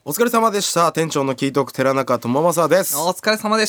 お疲れ様でした。店長のキートーク寺中智正です。 お疲れ様でした。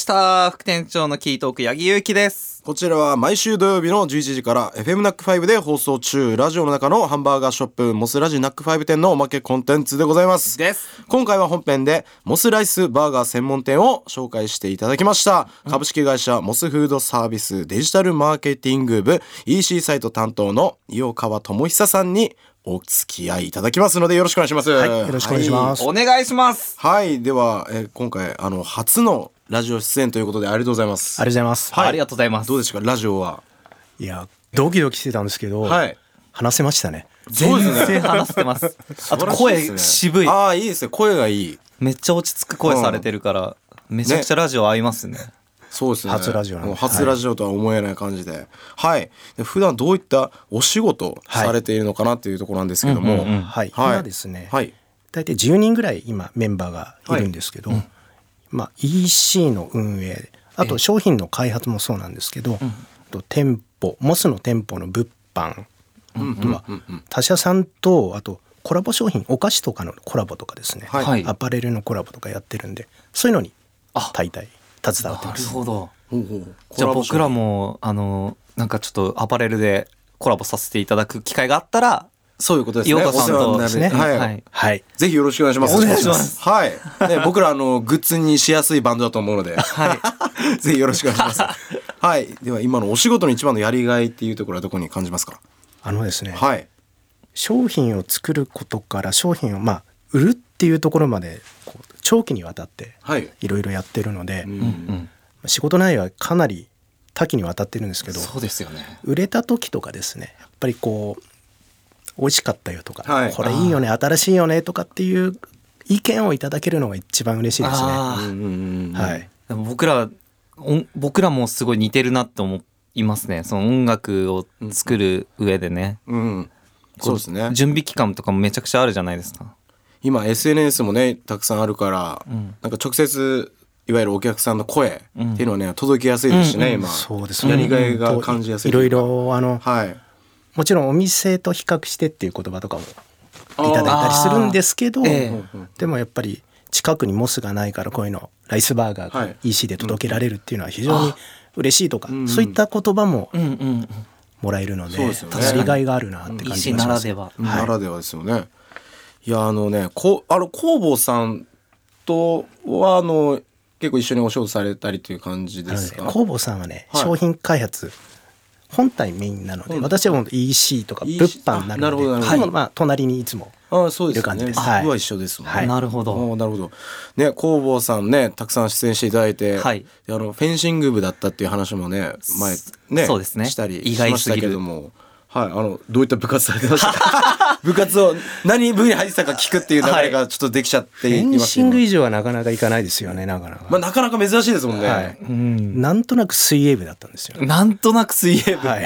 副店長のキートーク八木ゆうきです。 こちらは毎週土曜日の11時から FM ナック5で放送中、ラジオの中のハンバーガーショップモスラジナック5店のおまけコンテンツでございます。今回は本編でモスライスバーガー専門店を紹介していただきました、株式会社モスフードサービスデジタルマーケティング部 EC サイト担当の伊予川智久さんにお付き合いいただきますのでよろしくお願いします。 はい、よろしくお願いします。 お願いします。 はい、では、今回初のラジオ出演ということでありがとうございます。 ありがとうございます。 はい、 ありがとうございます。 どうですかラジオは。 いやドキドキしてたんですけど、 はい、 話せましたね。 全然話してます。あと声渋い。 ああいいですね、声がいい。 めっちゃ落ち着く声されてるから、めちゃくちゃラジオ合いますね。 そうですね、 初ラジオなんで、 初ラジオとは思えない感じで、はい、で普段どういったお仕事されているのかなっていうところなんですけども、 今ですね、 はい、 大体10人ぐらい今メンバーがいるんですけど、EC の運営、あと商品の開発もそうなんですけど、あと店舗、モスの店舗の物販、あとは他社さんとあとコラボ商品、お菓子とかのコラボとかですね、アパレルのコラボとかやってるんで、そういうのに大体携わってます。 なるほど。じゃあ僕らもなんかちょっとアパレルでコラボさせていただく機会があったら、 そういうことですね。 伊予川さんとですね。 はい、ぜひよろしくお願いします。 お願いします。 はい、ね、僕らグッズにしやすいバンドだと思うので、ぜひよろしくお願いします。はい、では今のお仕事の一番のやりがいっていうところはどこに感じますか。 ですね、 はい、 商品を作ることから商品を売るっていうところまで長期にわたっていろいろやってるので、仕事内容はかなり多岐にわたってるんですけど、 そうですよね。 売れた時とかですね、やっぱり美味しかったよとか、これいいよね、新しいよねとかっていう意見をいただけるのが一番嬉しいですね。はい、 僕らもすごい似てるなって思いますね。その音楽を作る上でね、 そうですね、 準備期間とかもめちゃくちゃあるじゃないですか。 今 SNS もねたくさんあるから、なんか直接いわゆるお客さんの声っていうのはね、届きやすいですしね、今そうですね、 やりがいが感じやすい。 いろいろもちろんお店と比較してっていう言葉とかもいただいたりするんですけど、でもやっぱり近くにモスがないからこういうのライスバーガーが EC で届けられるっていうのは非常に嬉しいとか、そういった言葉ももらえるので、やりがいがあるなって感じがします。 EC ならではですよね。いや工房さんとは結構一緒にお仕事されたりという感じですか。 工房さんはね、商品開発本体メインなので、私はもう EC とか物販になるので、でも隣にいつもいる感じです。 僕は一緒ですもんね。 なるほど。 なるほどね。工房さんね、たくさん出演していただいて、フェンシング部だったっていう話もね前ねそうですね、 したりしましたけれども、どういった部活されてましたか。部活を何部に入ってたか聞くっていう流れがちょっとできちゃっています。 フェンシング以上はなかなかいかないですよね。なかなか、 なかなか珍しいですもんね。 なんとなく水泳部だったんですよ。 なんとなく水泳部。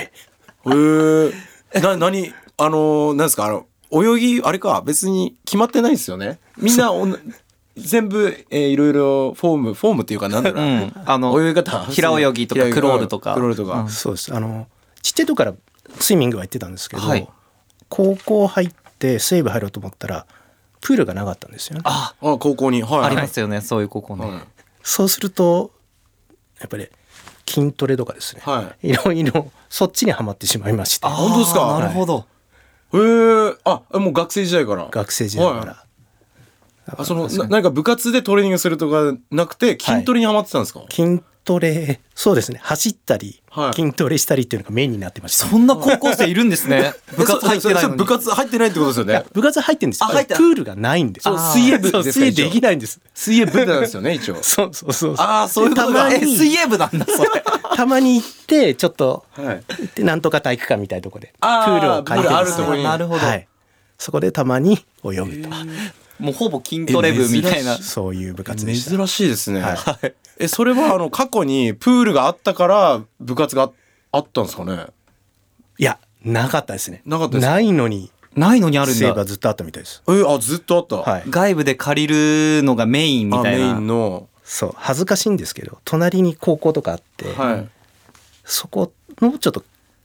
何ですか泳ぎあれか、別に決まってないですよね。みんな全部いろいろフォームっていうかなんだろう、泳ぎ方、 平泳ぎとかクロールとか、 そうです。ちっちゃい時からスイミングは行ってたんですけど、高校入って水泳部入ろうと思ったらプールがなかったんですよね。 高校に、 ありますよね、そういう高校ね。 そうするとやっぱり筋トレとかですね、いろいろそっちにはまってしまいまして。 本当ですか。 なるほど。 もう学生時代から。 学生時代から。 何か部活でトレーニングするとかなくて筋トレにハマってたんですか。 筋トレ、そうですね、走ったり筋トレしたりっていうのがメインになってました。 そんな高校生いるんですね。部活入ってないのに。 部活入ってないってことですよね。 部活入ってるんです。プールがないんです。 水泳部です。 水泳できないんです。 水泳部なんですよね一応。 そう。 そういうことだ。 水泳部なんだそれ。 たまに行ってちょっとなんとか体育館みたいなところでプールを借りてですね。 なるほど。 そこでたまに泳ぐと。 もうほぼ筋トレ部みたいな、 そういう部活でした。 珍しいですね。それは過去にプールがあったから部活があったんですかね。 いや、なかったですね。 ないのにあるんだ。 そういえばずっとあったみたいです。 ずっとあった。 外部で借りるのがメインみたいな。 メインの。 そう、恥ずかしいんですけど隣に高校とかあって、そこのちょっと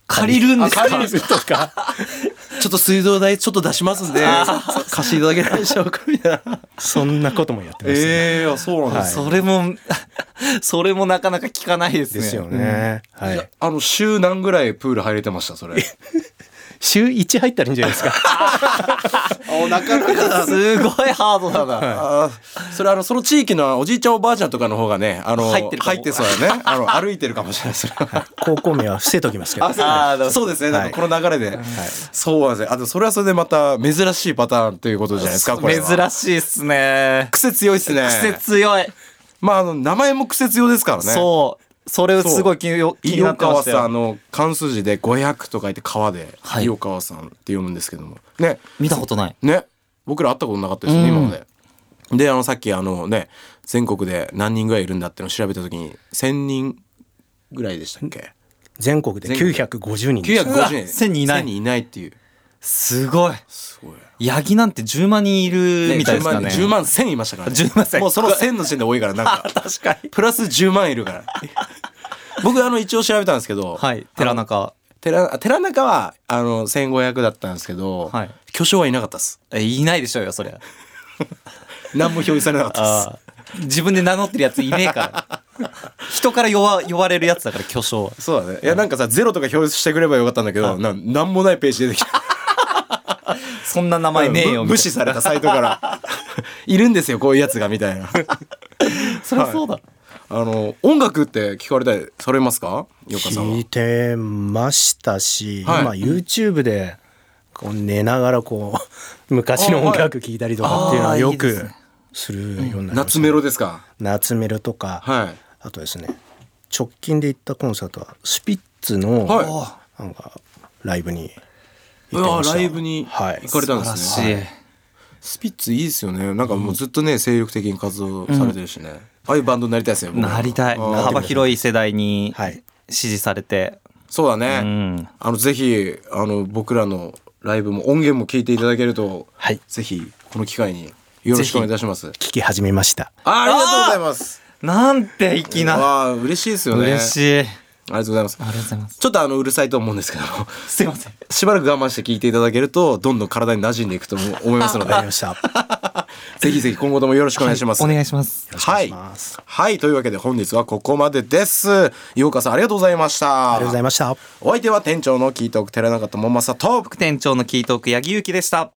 借りるんですか？ 借りるとかちょっと水道代ちょっと出しますんで貸していただけないでしょうかみたいな。 そんなこともやってますね。 あ、そうなんです、 それもなかなか聞かないですね。 ですよね。はい。 週何ぐらいプール入れてましたそれ？ 週1入ったらいいんじゃないですか。 なかなかすごいハードだな。 それその地域のおじいちゃんおばあちゃんとかの方がね入ってそうだね。歩いてるかもしれないです。 高校名は伏せときますけど。 そうですね。なんかこの流れで、そうなんですね。それはそれでまた珍しいパターンということじゃないですか。これ珍しいっすね。 癖強いっすね。 癖強い。 まあ名前も癖強ですからね。 そう。それすごい気になってましたよ。 井川さん漢数字で500と書いて川で、井川さんって読むんですけどもね。 見たことないね。僕ら会ったことなかったですね、今まで。でさっきね全国で何人ぐらいいるんだってのを調べた時に1000人ぐらいでしたっけ？ 全国で950人です。 950人。 1000人いない。 1000人いないっていう。 すごい。ヤギなんて10万人いるみたいですかね。 10万1000いましたからね。 10万1000。 もうその1000の時点で多いからなんか確かにプラス10万いるから僕一応調べたんですけど、 はい、寺中は1500だったんですけど、 はい、 巨匠はいなかったです。 いないでしょうよそりゃ。 何も表示されなかったです。 自分で名乗ってるやついねえから人から呼ばれるやつだから巨匠は。 そうだね。いやなんかさゼロとか表示してくればよかったんだけど、なんもないページ出てきたそんな名前ねえよ無視されたサイトからいるんですよこういうやつがみたいなそりゃそうだ、 音楽って聞かれたりされますか？よかさんは。 聞いてましたし、今 YouTube でこう寝ながら昔の音楽聞いたりとかっていうのはよくするようになりました。 夏メロですか？ 夏メロとか、あとですね直近で行ったコンサートはスピッツのなんかライブに行ってました。 ライブに行かれたんですね。スピッツいいですよね。なんかもうずっとね精力的に活動されてるしね、ああいうバンドになりたいですよ。 なりたい。幅広い世代に支持されて、 そうだね、ぜひ僕らのライブも音源も聞いていただけると、ぜひこの機会によろしくお願いいたします。 聞き始めました。 ありがとうございます。 なんて粋な。 嬉しいですよね。 嬉しい。 ありがとうございます。 ありがとうございます。 ちょっとうるさいと思うんですけどすいません。 しばらく我慢して聞いていただけるとどんどん体に馴染んでいくと思いますのでわかりましたぜひぜひ今後ともよろしくお願いします。 お願いします。 はい、というわけで本日はここまでです。井岡さんありがとうございました。 ありがとうございました。 お相手は店長のキートーク寺中智正と副店長のキートーク八木ゆきでした。